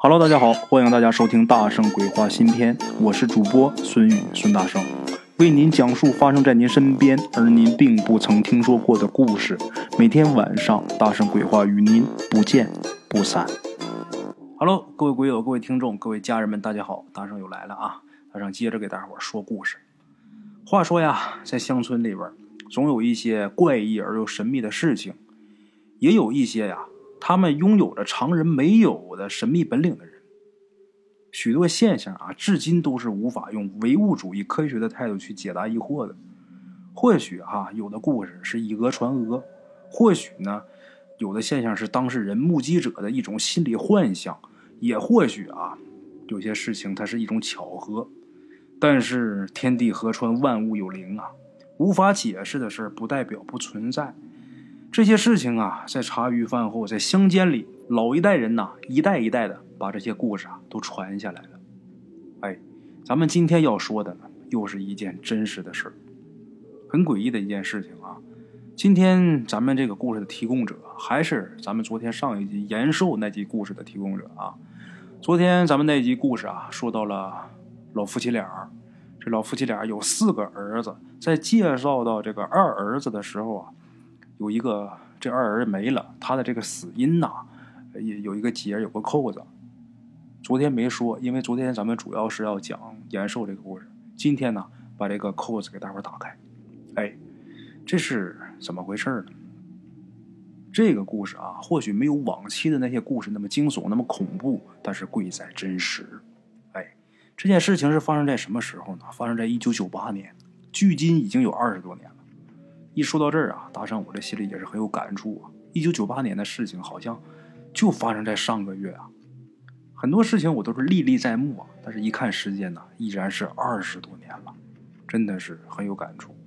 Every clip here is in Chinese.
Hello， 大家好，欢迎大家收听大圣鬼话新篇，我是主播孙宇，孙大圣，为您讲述发生在您身边而您并不曾听说过的故事。每天晚上大圣鬼话与您不见不散。Hello， 各位鬼友，各位听众，各位家人们，大家好，大圣又来了啊！大圣接着给大伙说故事。话说呀，在乡村里边，总有一些怪异而又神秘的事情，也有一些呀，他们拥有着常人没有的神秘本领的人。许多现象啊，至今都是无法用唯物主义科学的态度去解答疑惑的。或许有的故事是以讹传讹，或许呢，有的现象是当事人目击者的一种心理幻象，也或许有些事情它是一种巧合。但是天地合川，万物有灵啊，无法解释的事不代表不存在。这些事情在茶余饭后，在乡间里，老一代人一代一代的把这些故事都传下来了。咱们今天要说的呢，又是一件真实的事儿，很诡异的一件事情啊。今天咱们这个故事的提供者，还是咱们昨天上一集延寿那集故事的提供者啊。昨天咱们那集故事说到了老夫妻俩，这老夫妻俩有4个儿子，在介绍到这个二儿子的时候有一个这二儿子没了，他的这个死因也有一个结，有个扣子。昨天没说，因为昨天咱们主要是要讲延寿这个故事。今天呢，把这个扣子给大伙打开。这是怎么回事呢？这个故事或许没有往期的那些故事那么惊悚，那么恐怖，但是贵在真实。这件事情是发生在什么时候呢？发生在1998年，距今已经有20多年了。一说到这儿大圣我这心里也是很有感触1998年的事情好像就发生在上个月很多事情我都是历历在目但是一看时间依然是20多年了，真的是很有感触。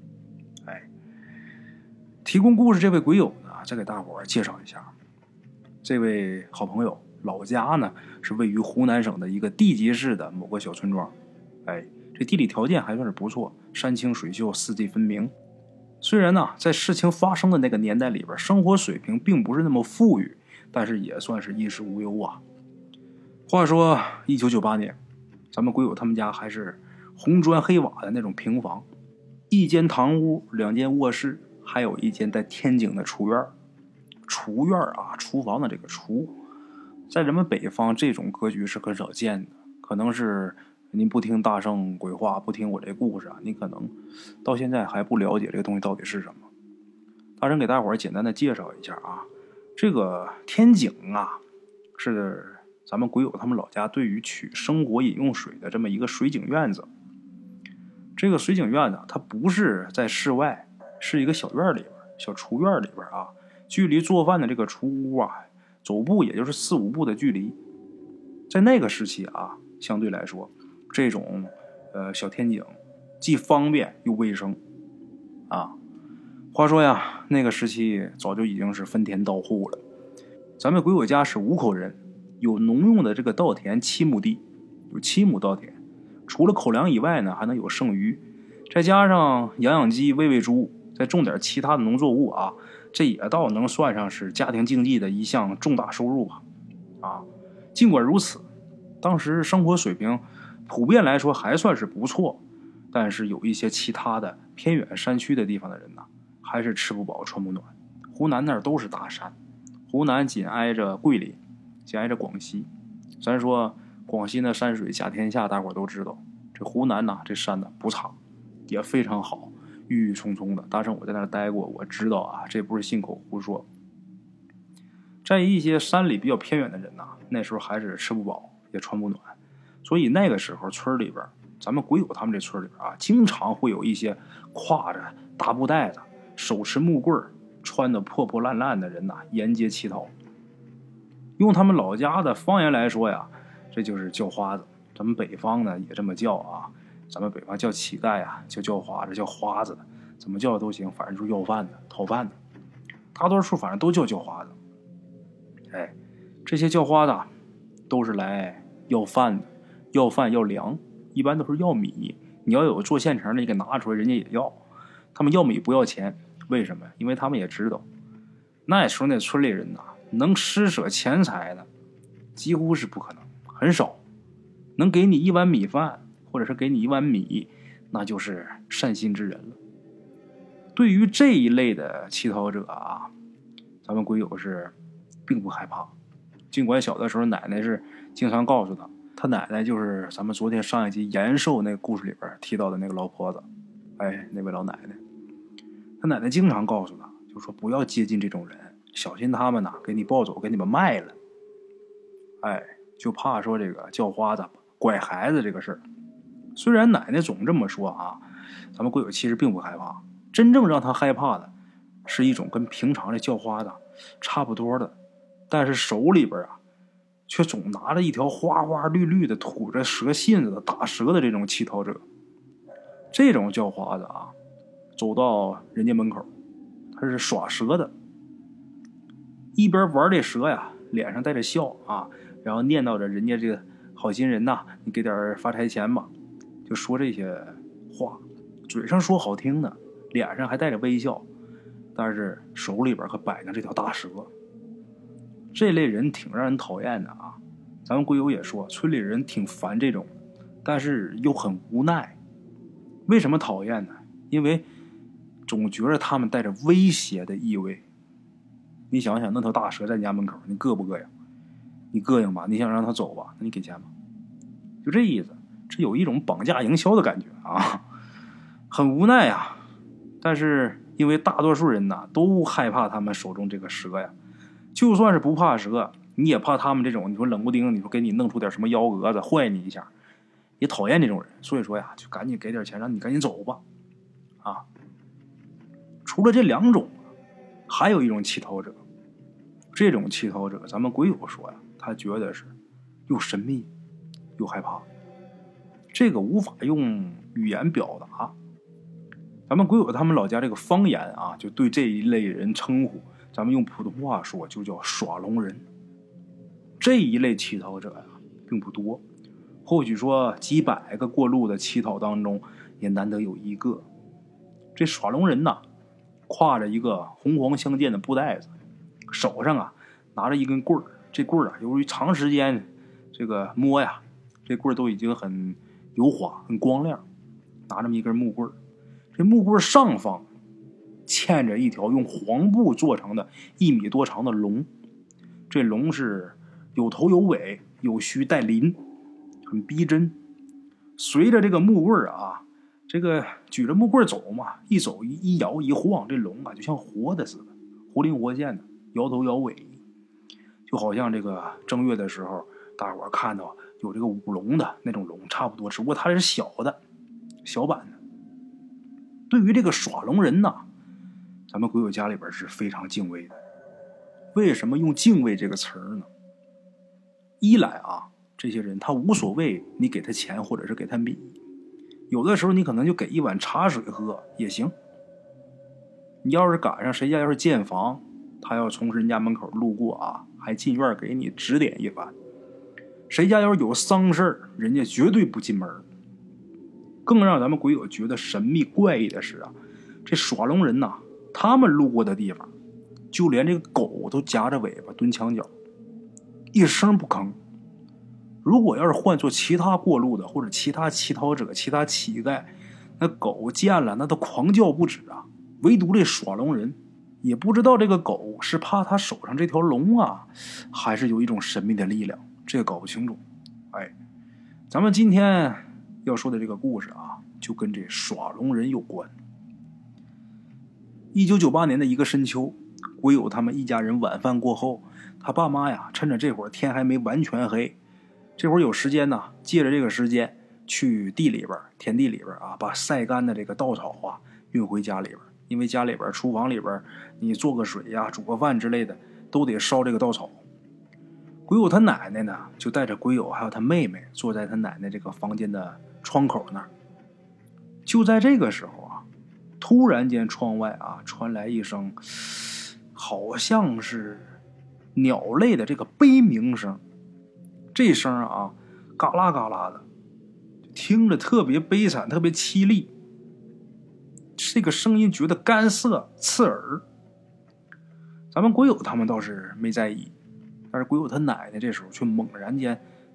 提供故事这位鬼友呢，再给大伙介绍一下，这位好朋友老家呢是位于湖南省的一个地级市的某个小村庄。这地理条件还算是不错，山清水秀，四季分明。虽然在事情发生的那个年代里边，生活水平并不是那么富裕，但是也算是衣食无忧话说1998年，咱们鬼友他们家还是红砖黑瓦的那种平房，一间堂屋，2间卧室，还有一间带天井的厨院。厨院厨房的这个厨，在人们北方这种格局是很少见的。可能是您不听大圣鬼话，不听我这故事你可能到现在还不了解这个东西到底是什么。大圣给大伙儿简单的介绍一下这个天井是咱们鬼友他们老家对于取生活饮用水的这么一个水井院子。这个水井院子它不是在室外，是一个小院里边，小厨院里边距离做饭的这个厨屋走步也就是4、5步的距离。在那个时期相对来说，这种小天井既方便又卫生话说那个时期早就已经是分田到户了。咱们鬼友家是5口人，有农用的这个稻田7亩地，有7亩稻田，除了口粮以外呢，还能有剩余，再加上养鸡、喂猪，再种点其他的农作物这也倒能算上是家庭经济的一项重大收入尽管如此，当时生活水平普遍来说还算是不错，但是有一些其他的偏远山区的地方的人还是吃不饱穿不暖。湖南那儿都是大山，湖南紧挨着桂林，紧挨着广西。咱说广西那山水甲天下，大伙都知道。这湖南这山不差，也非常好，郁郁葱葱的。大圣我在那儿待过，我知道这不是信口胡说。在一些山里比较偏远的人那时候还是吃不饱也穿不暖，所以那个时候村里边，咱们鬼友他们这村里边经常会有一些挎着大布袋子，手持木棍，穿的破破烂烂的人沿街乞讨。用他们老家的方言来说这就是叫花子。咱们北方呢也这么叫咱们北方叫乞丐叫花子，叫花子的，怎么叫都行，反正就是要饭的、讨饭的，大多数反正都叫花子。这些叫花子都是来要饭的，要饭要粮，一般都是要米。你要有做现成的，你给拿出来，人家也要。他们要米不要钱，为什么？因为他们也知道，那时候那村里人能施舍钱财的，几乎是不可能， 很少，能给你1碗米饭，或者是给你1碗米，那就是善心之人了。对于这一类的乞讨者啊，咱们鬼友是并不害怕。尽管小的时候奶奶是经常告诉他奶奶就是咱们昨天上一集延寿那个故事里边提到的那个老婆子，那位老奶奶，他奶奶经常告诉他，就说不要接近这种人，小心他们呐给你抱走，给你们卖了。就怕说这个叫花子拐孩子这个事儿。虽然奶奶总这么说啊，咱们鬼友其实并不害怕。真正让他害怕的是一种跟平常的叫花子差不多的，但是手里边啊却总拿着一条花花绿绿的吐着蛇信子的大蛇的这种乞讨者。这种叫花子啊，走到人家门口，他是耍蛇的，一边玩这蛇呀，脸上带着笑啊，然后念叨着人家这个好心人呐，你给点发财钱吧，就说这些话，嘴上说好听的，脸上还带着微笑，但是手里边可摆着这条大蛇。这类人挺让人讨厌的啊，咱们鬼友也说村里人挺烦这种，但是又很无奈。为什么讨厌呢？因为总觉得他们带着威胁的意味。你想想，那条大蛇在你家门口，你膈不膈应？你膈应吧，你想让他走吧，那你给钱吧，就这意思。这有一种绑架营销的感觉啊，很无奈啊。但是因为大多数人呐都害怕他们手中这个蛇呀，就算是不怕蛇，你也怕他们这种，你说冷不丁，你说给你弄出点什么幺蛾子坏你一下，也讨厌这种人。所以说呀，就赶紧给点钱，让你赶紧走吧。除了这2种，还有一种乞讨者。这种乞讨者，咱们鬼友说呀，他觉得是又神秘又害怕，这个无法用语言表达。咱们鬼友他们老家这个方言啊，就对这一类人称呼，咱们用普通话说就叫耍龙人。这一类乞讨者呀并不多，或许说几百个过路的乞讨当中也难得有一个。这耍龙人呐，挎着一个红黄相间的布袋子，手上啊拿着一根棍儿。这棍儿啊由于长时间这个摸呀，这棍儿都已经很油滑很光亮，拿这么一根木棍儿。这木棍上方嵌着一条用黄布做成的1米多长的龙，这龙是有头有尾，有须带鳞，很逼真。随着这个木棍啊，这个举着木棍走嘛，一走一摇一晃，这龙啊就像活的似的，活灵活现的，摇头摇尾。就好像这个正月的时候，大伙看到有这个舞龙的那种龙差不多，只不过它是小的小版的。对于这个耍龙人呐，咱们鬼友家里边是非常敬畏的。为什么用敬畏这个词儿呢？一来啊，这些人他无所谓你给他钱或者是给他米，有的时候你可能就给一碗茶水喝也行。你要是赶上谁家要是建房，他要从人家门口路过啊，还进院给你指点一番。谁家要是有丧事人家绝对不进门。更让咱们鬼友觉得神秘怪异的是啊，这耍龙人呐，他们路过的地方，就连这个狗都夹着尾巴蹲墙角，一声不吭。如果要是换做其他过路的或者其他乞讨者、其他乞丐，那狗见了那都狂叫不止啊。唯独这耍龙人，也不知道这个狗是怕他手上这条龙啊，还是有一种神秘的力量，这个搞不清楚。咱们今天要说的这个故事啊，就跟这耍龙人有关。1998年的一个深秋，鬼友他们一家人晚饭过后，他爸妈呀趁着这会儿天还没完全黑，这会儿有时间呢，借着这个时间去地里边田地里边啊，把晒干的这个稻草啊运回家里边。因为家里边厨房里边你做个水呀煮个饭之类的都得烧这个稻草。鬼友他奶奶呢就带着鬼友还有他妹妹坐在他奶奶这个房间的窗口那儿。就在这个时候啊，突然间窗外啊传来一声好像是鸟类的这个悲鸣声。这声啊嘎啦嘎啦的，听着特别悲惨特别凄厉，这个声音觉得干涩刺耳。咱们鬼友他们倒是没在意，但是鬼友他奶奶这时候却猛然间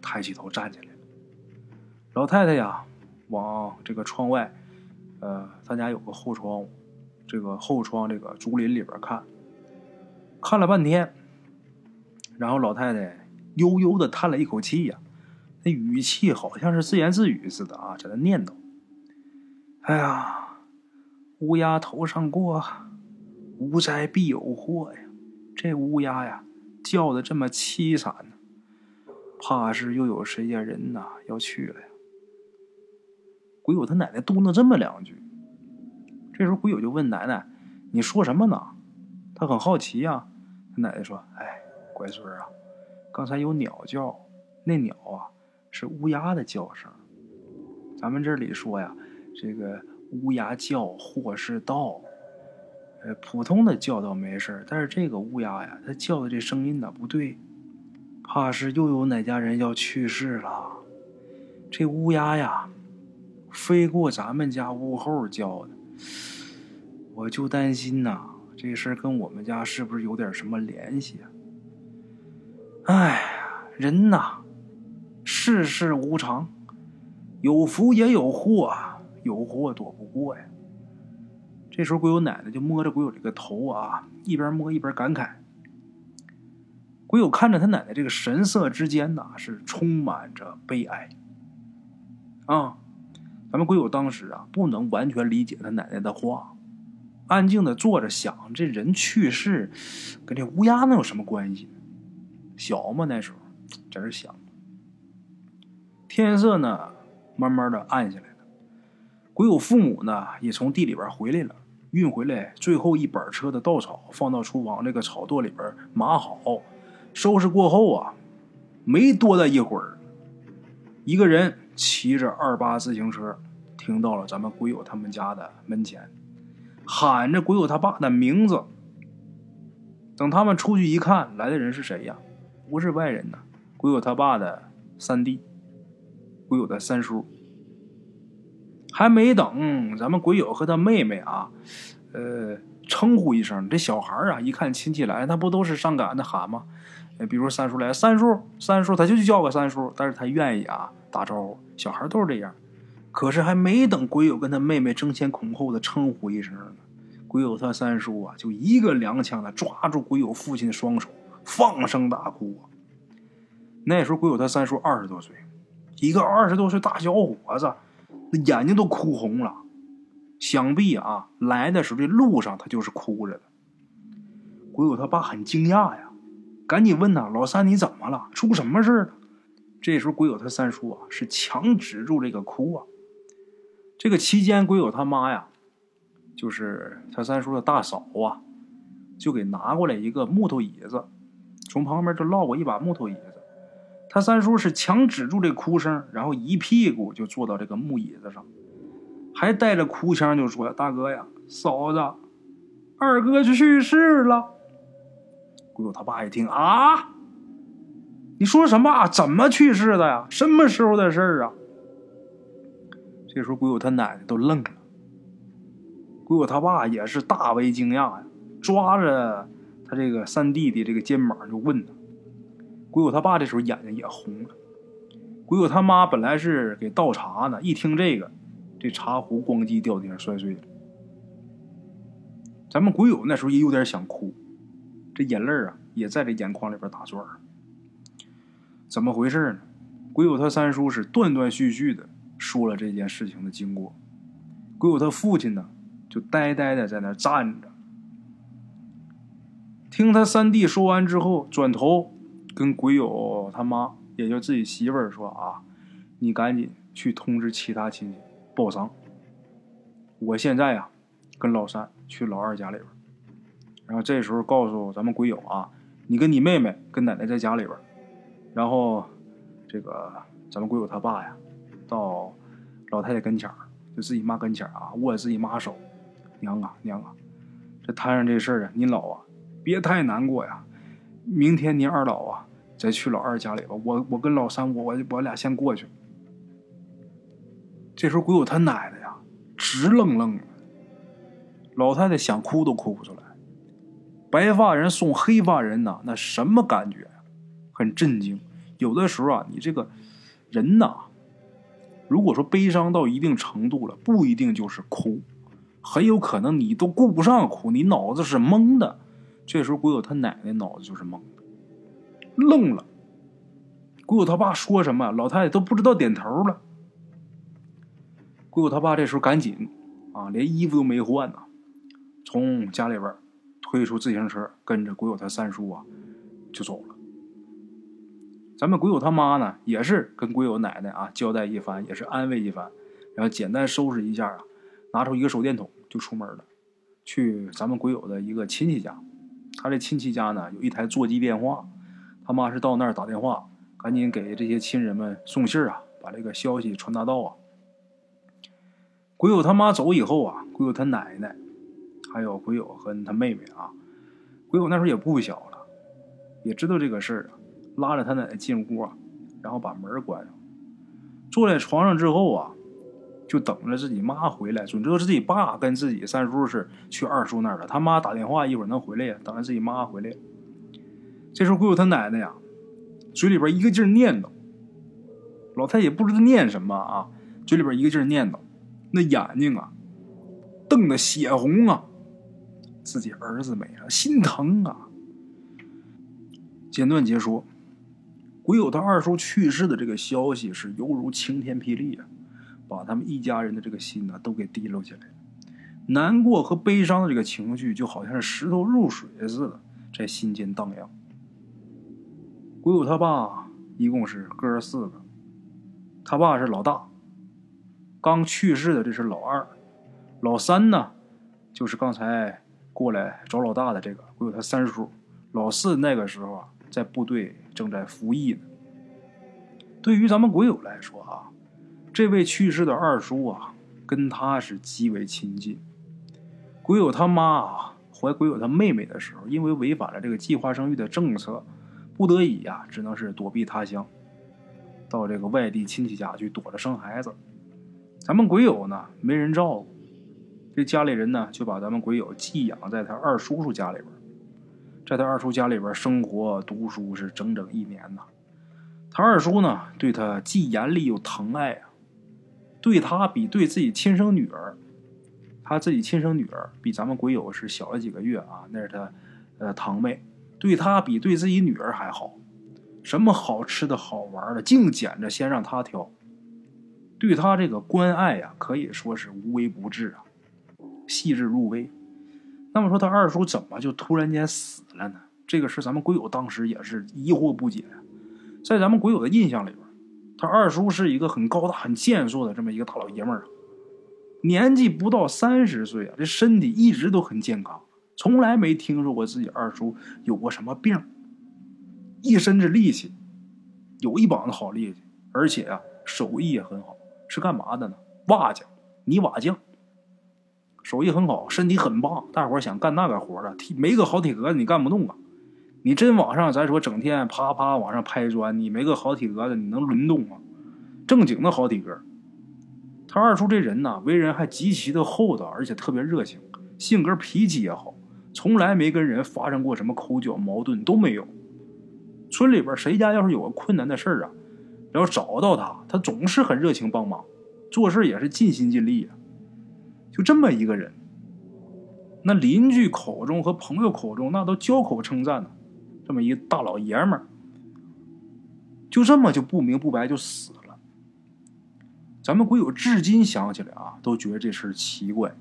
抬起头站起来了。老太太呀，往这个窗外，他家有个后窗户，这个后窗这个竹林里边看了半天，然后老太太悠悠的叹了一口气呀，那语气好像是自言自语似的啊，在那念叨：“哎呀，乌鸦头上过，无灾必有祸呀！这乌鸦呀，叫的这么凄惨呢，怕是又有谁家人呐要去了呀。”鬼友他奶奶嘟囔这么两句，这时候鬼友就问奶奶：“你说什么呢？”他很好奇呀。他奶奶说：“哎，乖孙啊，刚才有鸟叫，那鸟啊是乌鸦的叫声。咱们这里说呀，这个乌鸦叫祸是道，普通的叫倒没事，但是这个乌鸦呀，它叫的这声音呢不对，怕是又有哪家人要去世了。这乌鸦呀，飞过咱们家屋后叫的，我就担心呐，这事儿跟我们家是不是有点什么联系啊？哎，人呐，世事无常，有福也有祸，有祸躲不过呀。”这时候鬼友奶奶就摸着鬼友这个头啊，一边摸一边感慨。鬼友看着他奶奶这个神色之间呢，是充满着悲哀啊。咱们鬼友当时啊，不能完全理解他奶奶的话，安静的坐着想，这人去世跟这乌鸦能有什么关系？小嘛，那时候在这想。天色呢慢慢的暗下来了，鬼友父母呢也从地里边回来了，运回来最后一板车的稻草，放到厨房这个草垛里边码好，收拾过后啊，没多大一会儿，一个人骑着28自行车停到了咱们鬼友他们家的门前，喊着鬼友他爸的名字。等他们出去一看，来的人是谁呀？不是外人呢，鬼友他爸的三弟，鬼友的三叔。还没等咱们鬼友和他妹妹啊，称呼一声，这小孩啊一看亲戚来，他不都是上赶的喊吗？比如三叔来，三叔，他就叫个三叔，但是他愿意啊打招呼，小孩都是这样。可是还没等鬼友跟他妹妹争先恐后的称呼一声呢，鬼友他三叔啊就一个踉跄的抓住鬼友父亲的双手，放声大哭啊。那时候鬼友他三叔20多岁，一个20多岁大小伙子，那眼睛都哭红了，想必啊来的时候这路上他就是哭着的。鬼友他爸很惊讶呀，赶紧问他：“老三你怎么了？出什么事了？”这时候鬼友他三叔啊是强止住这个哭啊。这个期间鬼友他妈呀，就是他三叔的大嫂啊，就给拿过来一个木头椅子，从旁边就落过一把木头椅子。他三叔是强止住这哭声，然后一屁股就坐到这个木椅子上，还带着哭腔就说：“大哥呀，嫂子，二哥去世了。”鬼友他爸一听啊，你说什么啊？怎么去世的呀？什么时候的事儿啊？这时候鬼友他奶奶都愣了，鬼友他爸也是大为惊讶呀，抓着他这个三弟弟这个肩膀就问他。鬼友他爸这时候眼睛也红了。鬼友他妈本来是给倒茶呢，一听这个，这茶壶咣叽掉地上摔碎了。咱们鬼友那时候也有点想哭，这眼泪啊也在这眼眶里边打转。怎么回事呢？鬼友他三叔是断断续续的说了这件事情的经过。鬼友他父亲呢就呆呆的在那站着，听他三弟说完之后，转头跟鬼友他妈，也就自己媳妇儿说啊，你赶紧去通知其他亲戚报丧，我现在啊跟老三去老二家里边。然后这时候告诉咱们鬼友啊，你跟你妹妹跟奶奶在家里边，然后这个咱们鬼友他爸呀到老太太跟前儿，就自己妈跟前儿啊，握自己妈手，娘啊，这摊上这事儿啊，您老啊别太难过呀，明天您二老啊再去老二家里吧，我跟老三我俩先过去。这时候鬼友他奶奶呀直愣愣的，老太太想哭都哭不出来。白发人送黑发人呐，那什么感觉？很震惊， 有的时候啊，你这个人呐，如果说悲伤到一定程度了，不一定就是哭，很有可能你都顾不上哭，你脑子是懵的。这时候鬼友他奶奶脑子就是懵的，愣了。鬼友他爸说什么，老太太都不知道点头了。鬼友他爸这时候赶紧啊，连衣服都没换呢，从家里边推出自行车，跟着鬼友他三叔啊就走了。咱们鬼友他妈呢，也是跟鬼友奶奶啊交代一番，也是安慰一番，然后简单收拾一下啊，拿出一个手电筒就出门了，去咱们鬼友的一个亲戚家。他这亲戚家呢有一台座机电话，他妈是到那儿打电话，赶紧给这些亲人们送信啊，把这个消息传达到啊。鬼友他妈走以后啊，鬼友他奶奶还有鬼友和他妹妹啊，鬼友那时候也不小了，也知道这个事儿啊，拉着他奶奶进屋啊，然后把门关上，坐在床上之后啊，就等着自己妈回来。准知道自己爸跟自己三叔是去二叔那儿了，他妈打电话一会儿能回来呀，等着自己妈回来。这时候鬼友他奶奶呀，嘴里边一个劲儿念叨，老太也不知道念什么啊，嘴里边一个劲儿念叨，那眼睛啊瞪得血红啊，自己儿子没了，心疼啊。简短截说，鬼友他二叔去世的这个消息是犹如晴天霹雳啊，把他们一家人的这个心呢都给提溜起来了。难过和悲伤的这个情绪就好像是石头入水似的，在心间荡漾。鬼友他爸一共是哥4个，他爸是老大，刚去世的这是老2，老3呢就是刚才过来找老大的这个鬼友他三叔，老4那个时候啊在部队正在服役呢。对于咱们鬼友来说啊，这位去世的二叔啊跟他是极为亲近。鬼友他妈啊怀鬼友他妹妹的时候，因为违反了这个计划生育的政策，不得已啊只能是躲避他乡，到这个外地亲戚家去躲着生孩子。咱们鬼友呢没人照顾，这家里人呢就把咱们鬼友寄养在他二叔叔家里边，在他二叔家里边生活读书是整整1年呐。他二叔呢对他既严厉又疼爱啊，对他比对自己亲生女儿，他自己亲生女儿比咱们鬼友是小了几个月啊，那是他堂妹，对他比对自己女儿还好，什么好吃的好玩的净捡着先让他挑，对他这个关爱啊可以说是无微不至啊，细致入微。那么说他二叔怎么就突然间死了呢？这个事咱们鬼友当时也是疑惑不解。在咱们鬼友的印象里边，他二叔是一个很高大很健硕的这么一个大老爷们儿，年纪不到30岁啊，这身体一直都很健康，从来没听说过自己二叔有过什么病，一身子力气，有一膀子好力气，而且啊手艺也很好，是干嘛的呢？瓦匠，泥瓦匠，手艺很好，身体很棒。大伙想干那个活的，没个好体格子你干不动啊。你真往上咱说整天啪啪往上拍砖，你没个好体格子你能轮动吗？正经的好体格。他二叔这人呢，为人还极其的厚道，而且特别热情，性格脾气也好，从来没跟人发生过什么口角矛盾，都没有。村里边谁家要是有个困难的事儿啊，要找到他，他总是很热情帮忙，做事也是尽心尽力啊。就这么一个人，那邻居口中和朋友口中那都交口称赞呢。这么一个大老爷们儿，就这么就不明不白就死了。咱们鬼友至今想起来啊，都觉得这事奇怪。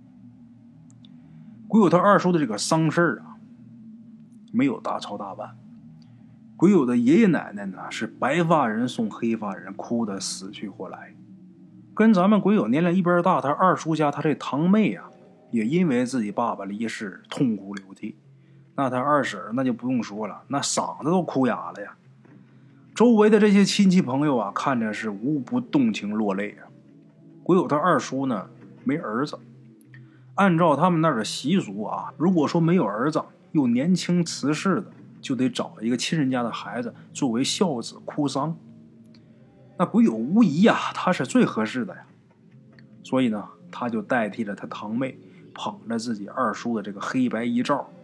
鬼友他二叔的这个丧事啊，没有大操大办。鬼友的爷爷奶奶呢，是白发人送黑发人，哭得死去活来。跟咱们鬼友年龄一边大，他二叔家他这堂妹啊，也因为自己爸爸离世痛哭流涕。那他二婶那就不用说了，那嗓子都哭哑了呀。周围的这些亲戚朋友啊，看着是无不动情落泪啊。鬼友他二叔呢没儿子，按照他们那儿的习俗啊，如果说没有儿子又年轻辞世的，就得找一个亲人家的孩子作为孝子哭丧。那鬼友无疑啊，他是最合适的呀。所以呢，他就代替了他堂妹，捧着自己二叔的这个黑白遗照，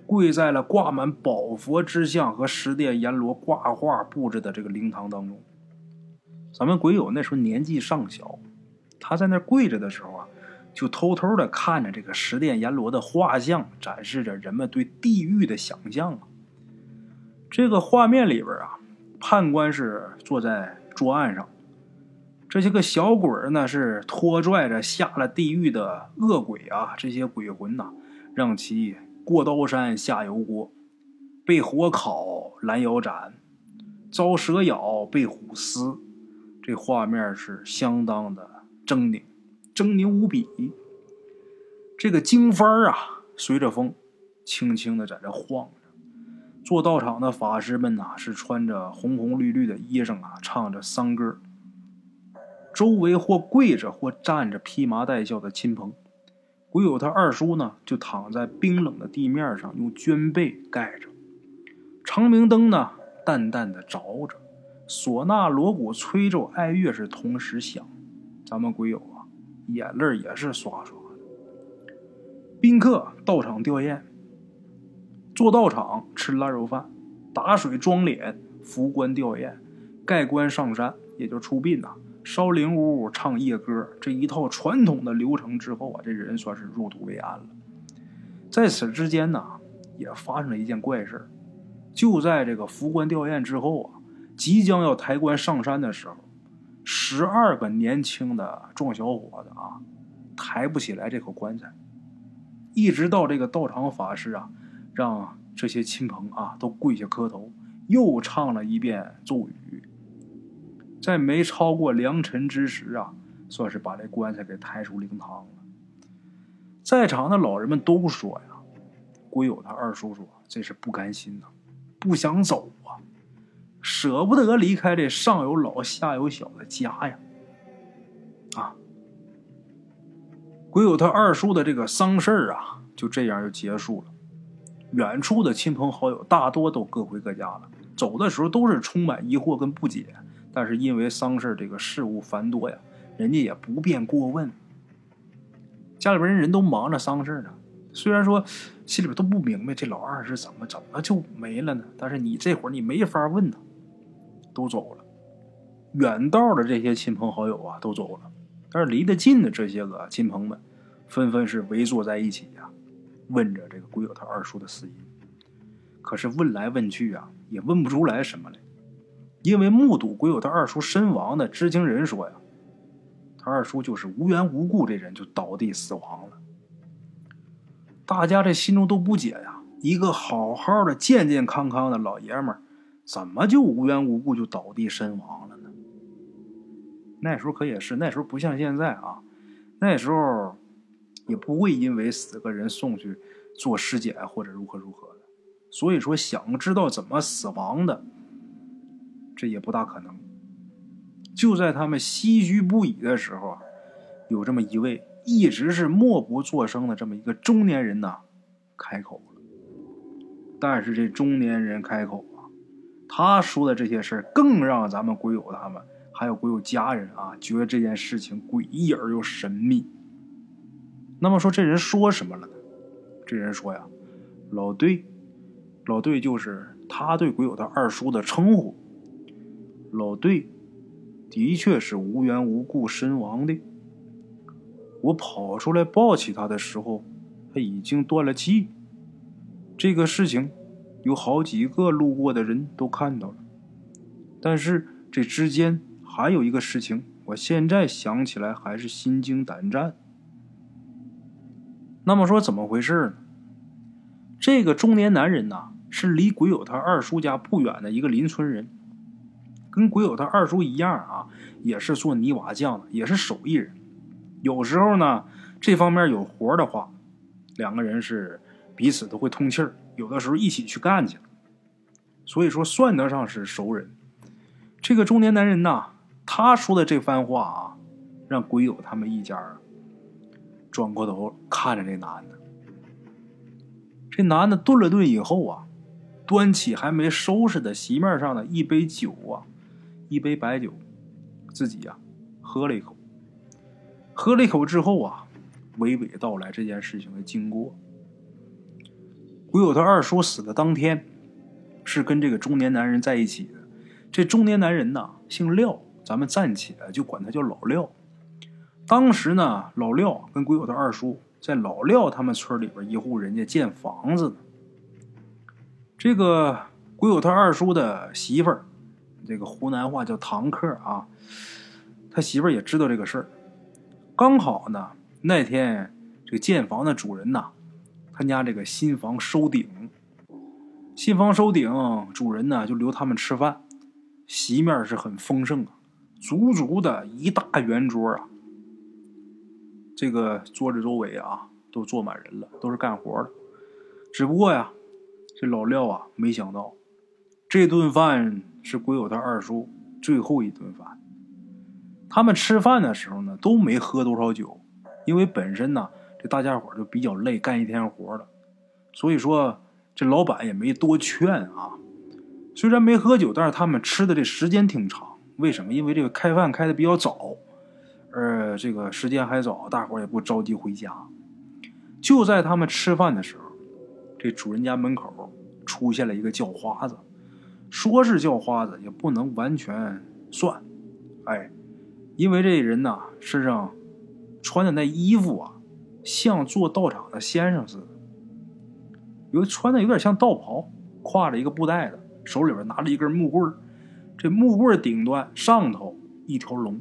跪在了挂满宝佛之像和十殿阎罗挂画布置的这个灵堂当中。咱们鬼友那时候年纪尚小，他在那跪着的时候啊，就偷偷的看着这个十殿阎罗的画像，展示着人们对地狱的想象啊。这个画面里边啊，判官是坐在桌案上，这些个小鬼呢是拖拽着下了地狱的恶鬼啊，这些鬼魂呐，让其过刀山下油锅，被火烤拦腰斩，遭蛇咬被虎撕。这画面是相当的狰狞无比。这个经幡啊随着风轻轻的在这晃着，做道场的法师们呐，是穿着红红绿绿的衣裳啊，唱着丧歌。周围或跪着或站着披麻戴孝的亲朋。鬼友他二叔呢就躺在冰冷的地面上，用绢被盖着。长明灯呢淡淡的着着，唢呐锣鼓吹奏哀乐是同时响。咱们鬼友啊眼泪也是刷刷的。宾客到场吊唁，做道场吃腊肉饭，打水装脸，扶棺吊唁，盖棺上山，也就出殡呐，烧灵屋，唱夜歌，这一套传统的流程之后啊，这人算是入土为安了。在此之间呢，也发生了一件怪事。就在这个扶棺吊唁之后啊，即将要抬棺上山的时候，12个年轻的壮小伙子啊，抬不起来这口棺材，一直到这个道场法师啊，让这些亲朋啊都跪下磕头，又唱了一遍咒语，在没超过良辰之时啊，算是把这棺材给抬出灵堂了。在场的老人们都说呀，鬼友他二叔说这是不甘心呐，不想走啊，舍不得离开这上有老下有小的家呀。鬼友他二叔的这个丧事啊，就这样就结束了。远处的亲朋好友大多都各回各家了，走的时候都是充满疑惑跟不解，但是因为丧事这个事务繁多呀，人家也不便过问。家里边人都忙着丧事呢，虽然说心里边都不明白这老二是怎么就没了呢，但是你这会儿你没法问他，都走了。远道的这些亲朋好友啊都走了，但是离得近的这些个亲朋们纷纷是围坐在一起啊，问着这个鬼友他二叔的死因。可是问来问去啊，也问不出来什么来。因为目睹鬼友他二叔身亡的知情人说呀，他二叔就是无缘无故这人就倒地死亡了。大家这心中都不解呀，一个好好的健健康康的老爷们儿，怎么就无缘无故就倒地身亡了呢？那时候可也是，那时候不像现在啊，那时候也不会因为死个人送去做尸检或者如何的，所以说想知道怎么死亡的，这也不大可能。就在他们唏嘘不已的时候啊，有这么一位一直是默不作声的这么一个中年人呐，开口了。但是这中年人开口啊，他说的这些事儿更让咱们鬼友他们还有鬼友家人啊，觉得这件事情诡异而又神秘。那么说这人说什么了呢？这人说呀，老队就是他对鬼友他二叔的称呼。老队的确是无缘无故身亡的，我跑出来抱起他的时候，他已经断了气。这个事情有好几个路过的人都看到了，但是这之间还有一个事情，我现在想起来还是心惊胆战。那么说怎么回事呢？这个中年男人呐，是离鬼友他二叔家不远的一个邻村人，跟鬼友他二叔一样啊，也是做泥瓦匠的，也是手艺人。有时候呢，这方面有活的话，两个人是彼此都会通气儿，有的时候一起去干去了，所以说算得上是熟人。这个中年男人呐，他说的这番话啊，让鬼友他们一家转过头看着这男的。这男的顿了顿以后啊，端起还没收拾的席面上的一杯酒啊，一杯白酒，自己啊喝了一口。娓娓之后啊，娓娓道来这件事情的经过。 鬼友他二叔死的当天是跟这个中年男人在一起的。这中年男人呢姓廖，咱们暂且就管他叫老廖。当时呢，老廖跟鬼友他二叔在老廖他们村里边一户人家建房子呢。这个鬼友他二叔的媳妇儿，这个湖南话叫堂客啊，他媳妇儿也知道这个事儿。刚好呢，那天这个建房的主人呐，他家这个新房收顶，新房收顶，主人呢就留他们吃饭，席面是很丰盛啊，足足的一大圆桌啊。这个桌子周围啊都坐满人了，都是干活的。只不过呀，这老廖啊没想到，这顿饭是鬼友他二叔最后一顿饭。他们吃饭的时候呢，都没喝多少酒，因为本身呢，这大家伙就比较累，干一天活了，所以说这老板也没多劝啊。虽然没喝酒，但是他们吃的这时间挺长。为什么？因为这个开饭开的比较早，这个时间还早，大伙也不着急回家。就在他们吃饭的时候，这主人家门口出现了一个叫花子。说是叫花子，也不能完全算，因为这人呐，身上穿的那衣服啊，像做道场的先生似的，穿的有点像道袍，挎着一个布袋子，手里边拿着一根木棍，这木棍顶端上头一条龙。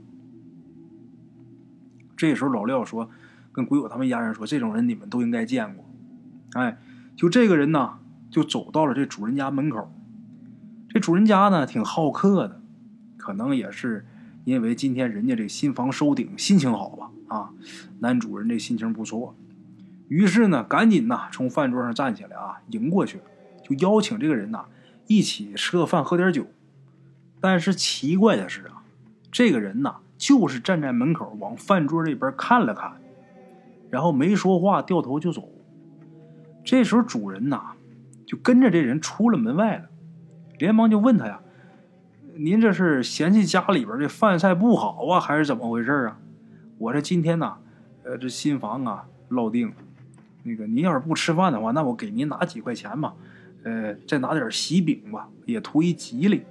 这时候老廖说，跟鬼友他们一家人说，这种人你们都应该见过。就这个人呢，就走到了这主人家门口。这主人家呢挺好客的，可能也是因为今天人家这新房收顶，心情好吧啊，男主人这心情不错，于是呢赶紧呐从饭桌上站起来啊，迎过去，就邀请这个人呐一起吃个饭喝点酒。但是奇怪的是啊，这个人呐就是站在门口往饭桌这边看了看，然后没说话，掉头就走。这时候主人呐就跟着这人出了门外了，连忙就问他呀，您这是嫌弃家里边这饭菜不好啊，还是怎么回事啊？我这今天呢这新房啊落定了，那个您要是不吃饭的话，那我给您拿几块钱吧，再拿点喜饼吧，也图一吉利。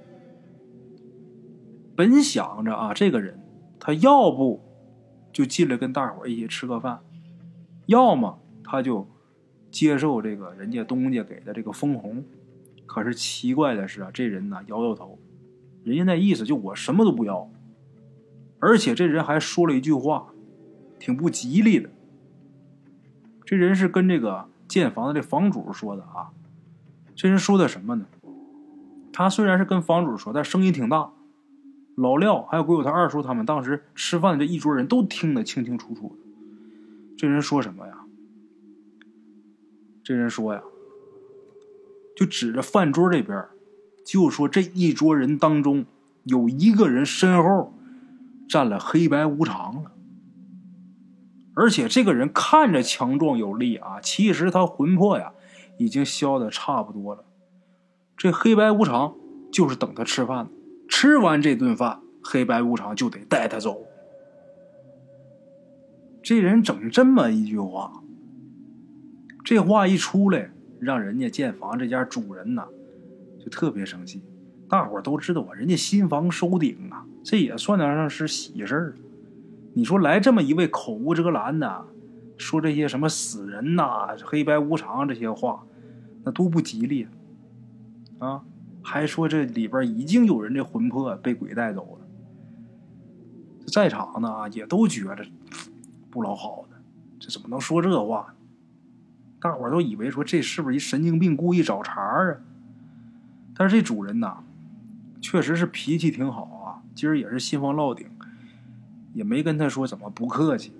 本想着啊，这个人他要不就进来跟大伙一起吃个饭，要么他就接受这个人家东家给的这个封红。可是奇怪的是啊，这人呢摇摇头，人家那意思就我什么都不要，而且这人还说了一句话挺不吉利的。这人是跟这个建房的这房主说的啊。这人说的什么呢？他虽然是跟房主说，但声音挺大，老廖还有鬼友他二叔他们当时吃饭的这一桌人都听得清清楚楚的。这人说什么呀？这人说呀，就指着饭桌这边，就说这一桌人当中有一个人身后站了黑白无常了。而且这个人看着强壮有力啊，其实他魂魄呀已经消得差不多了。这黑白无常就是等他吃饭，吃完这顿饭，黑白无常就得带他走。这人整这么一句话，这话一出来，让人家建房这家主人呐就特别生气。大伙都知道啊，人家新房收顶啊，这也算得上是喜事儿。你说来这么一位口无遮拦的，说这些什么死人呐、黑白无常这些话，那多不吉利啊！还说这里边已经有人这魂魄被鬼带走了。在场呢也都觉得不老好的，这怎么能说这话？大伙都以为说这是不是一神经病故意找茬啊？但是这主人呐确实是脾气挺好啊，今儿也是新房落顶，也没跟他说怎么不客气，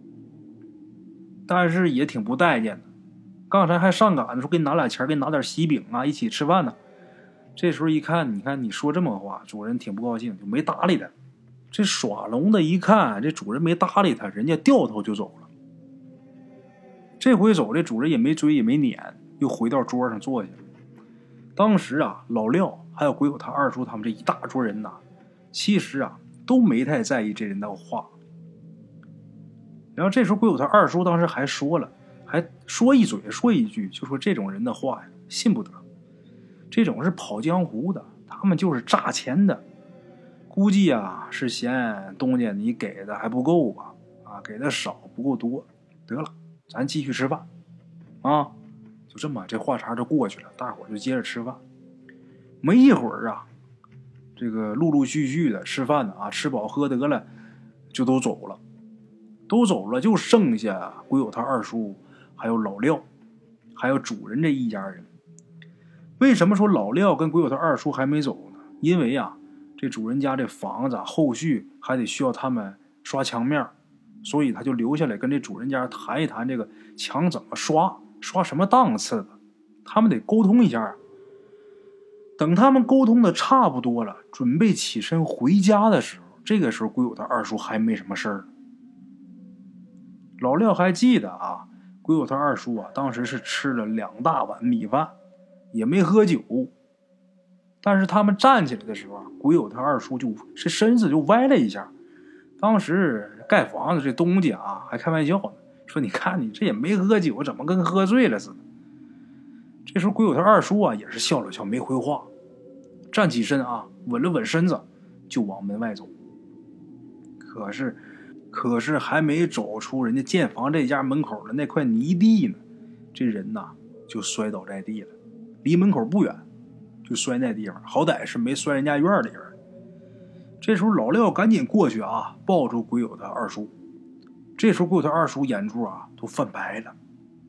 但是也挺不待见的。刚才还上赶着说给你拿俩钱，给你拿点喜饼啊，一起吃饭呢。这时候一看，你看你说这么个话，主人挺不高兴，就没搭理他。这耍龙的一看这主人没搭理他，人家掉头就走了。这回走，这主人也没追也没撵，又回到桌上坐下。当时啊，老廖还有鬼友他二叔他们这一大桌人呐，其实啊都没太在意这人的话。然后这时候鬼友他二叔当时还说了， 还说一嘴说一句，就说这种人的话呀，信不得。这种是跑江湖的，他们就是诈钱的。估计啊是嫌东家你给的还不够吧？啊，给的少不够多。得了，咱继续吃饭啊！就这么这话茬就过去了，大伙就接着吃饭。没一会儿啊，这个陆陆续续的吃饭的啊，吃饱喝得了，就都走了。都走了，就剩下鬼友他二叔，还有老廖，还有主人这一家人。为什么说老廖跟鬼友他二叔还没走呢？因为啊，这主人家这房子后续还得需要他们刷墙面，所以他就留下来跟这主人家谈一谈这个墙怎么刷，刷什么档次的，他们得沟通一下。等他们沟通的差不多了，准备起身回家的时候，这个时候鬼友他二叔还没什么事儿。老廖还记得啊，鬼友他二叔啊，当时是吃了2大碗米饭，也没喝酒。但是他们站起来的时候啊，鬼友他二叔就是身子就歪了一下。当时盖房子这东家啊，还开玩笑呢，说你看你这也没喝酒，怎么跟喝醉了似的。这时候鬼友他二叔啊，也是笑了笑，没回话，站起身啊，稳了稳身子，就往门外走。可是还没走出人家建房这家门口的那块泥地呢，这人呐就摔倒在地了，离门口不远，就摔那地方，好歹是没摔人家院里边。这时候老廖赶紧过去啊，抱住鬼友他二叔。这时候鬼友他二叔眼珠啊都泛白了。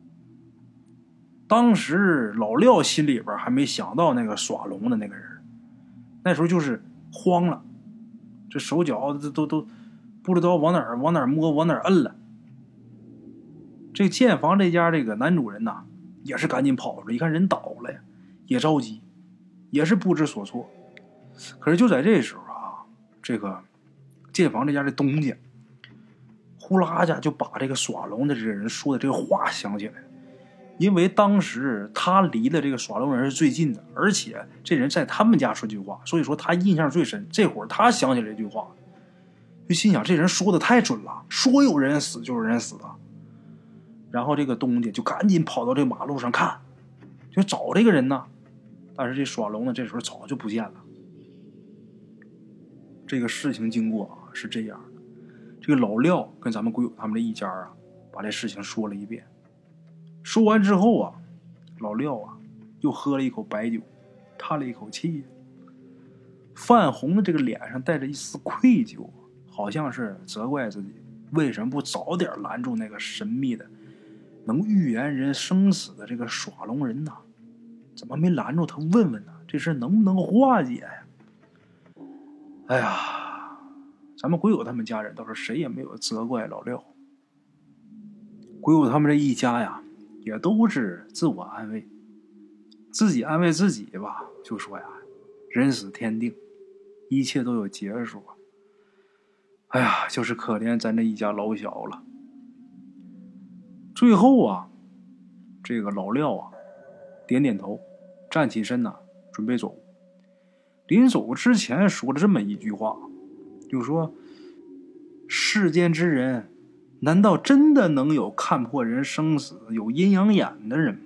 当时老廖心里边还没想到那个耍龙的那个人，那时候就是慌了，这手脚都不知道往哪儿摸，往哪儿摁了。这建房这家这个男主人呐，也是赶紧跑了，一看人倒了呀，也着急，也是不知所措。可是就在这时候啊，这个建房这家的东家呼啦家就把这个耍龙的这个人说的这个话想起来了。因为当时他离的这个耍龙人是最近的，而且这人在他们家说句话，所以说他印象最深。这会儿他想起来这句话，就心想这人说的太准了，说有人死就有人死啊。然后这个东家就赶紧跑到这马路上看，就找这个人呢。但是这耍龙呢，这时候早就不见了。这个事情经过啊是这样的，这个老廖跟咱们鬼友他们这一家啊，把这事情说了一遍。说完之后啊，老廖啊又喝了一口白酒，叹了一口气，泛红的这个脸上带着一丝愧疚，好像是责怪自己为什么不早点拦住那个神秘的能预言人生死的这个耍龙人呢？怎么没拦住他问问呢？这事能不能化解呀？哎呀，咱们鬼友他们家人倒是谁也没有责怪老廖。鬼友他们这一家呀，也都是自我安慰，自己安慰自己吧，就说呀，人死天定，一切都有结束啊。哎呀，就是可怜咱这一家老小了。最后啊，这个老廖啊，点点头，站起身呐，准备走。临走之前说了这么一句话，就说世间之人，难道真的能有看破人生死、有阴阳眼的人吗？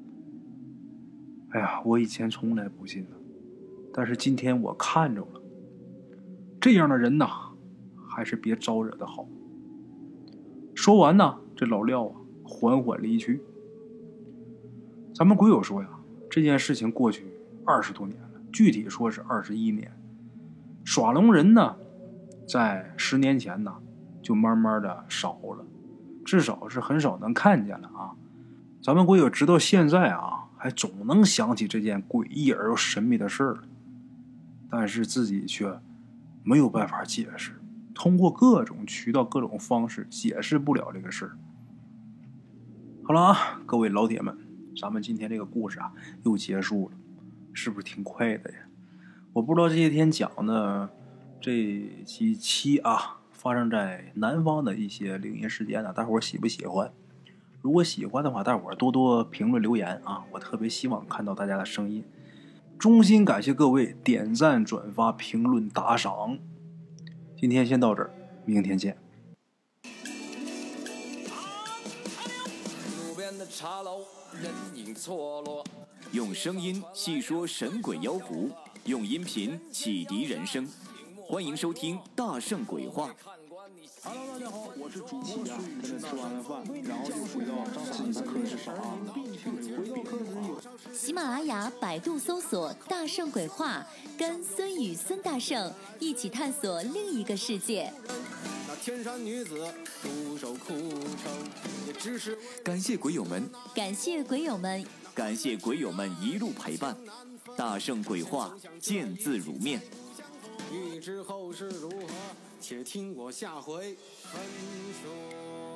哎呀，我以前从来不信的，但是今天我看着了，这样的人呐，还是别招惹的好。说完呢，这老廖啊，缓缓离去。咱们鬼友说呀，这件事情过去20多年了，具体说是21年。耍龙人呢，在10年前呢，就慢慢的少了，至少是很少能看见了啊。咱们鬼友直到现在啊，还总能想起这件诡异而又神秘的事儿，但是自己却没有办法解释，通过各种渠道、各种方式解释不了这个事儿。好了啊，各位老铁们，咱们今天这个故事啊又结束了，是不是挺快的呀？我不知道这些天讲的这几期啊，发生在南方的一些灵异事件呢，大伙儿喜不喜欢？如果喜欢的话，大伙儿多多评论留言啊，我特别希望看到大家的声音。衷心感谢各位点赞、转发、评论、打赏。今天先到这儿，明天见。 的茶楼，人影错落。 用声音细说神鬼妖狐，用音频启迪人生。欢迎收听《大圣鬼话》。 Hello， 大家好，我是主播孙宇。吃完了饭，然后就回到自己的课室上啊。 喜马拉雅、百度搜索“大圣鬼话”，跟孙宇、孙大圣一起探索另一个世界。 那天山女子独守枯城，也只是感谢鬼友们， 感谢鬼友们， 感谢鬼友们一路陪伴。大圣鬼话，见字如面。 欲知后事如何，且听我下回分说。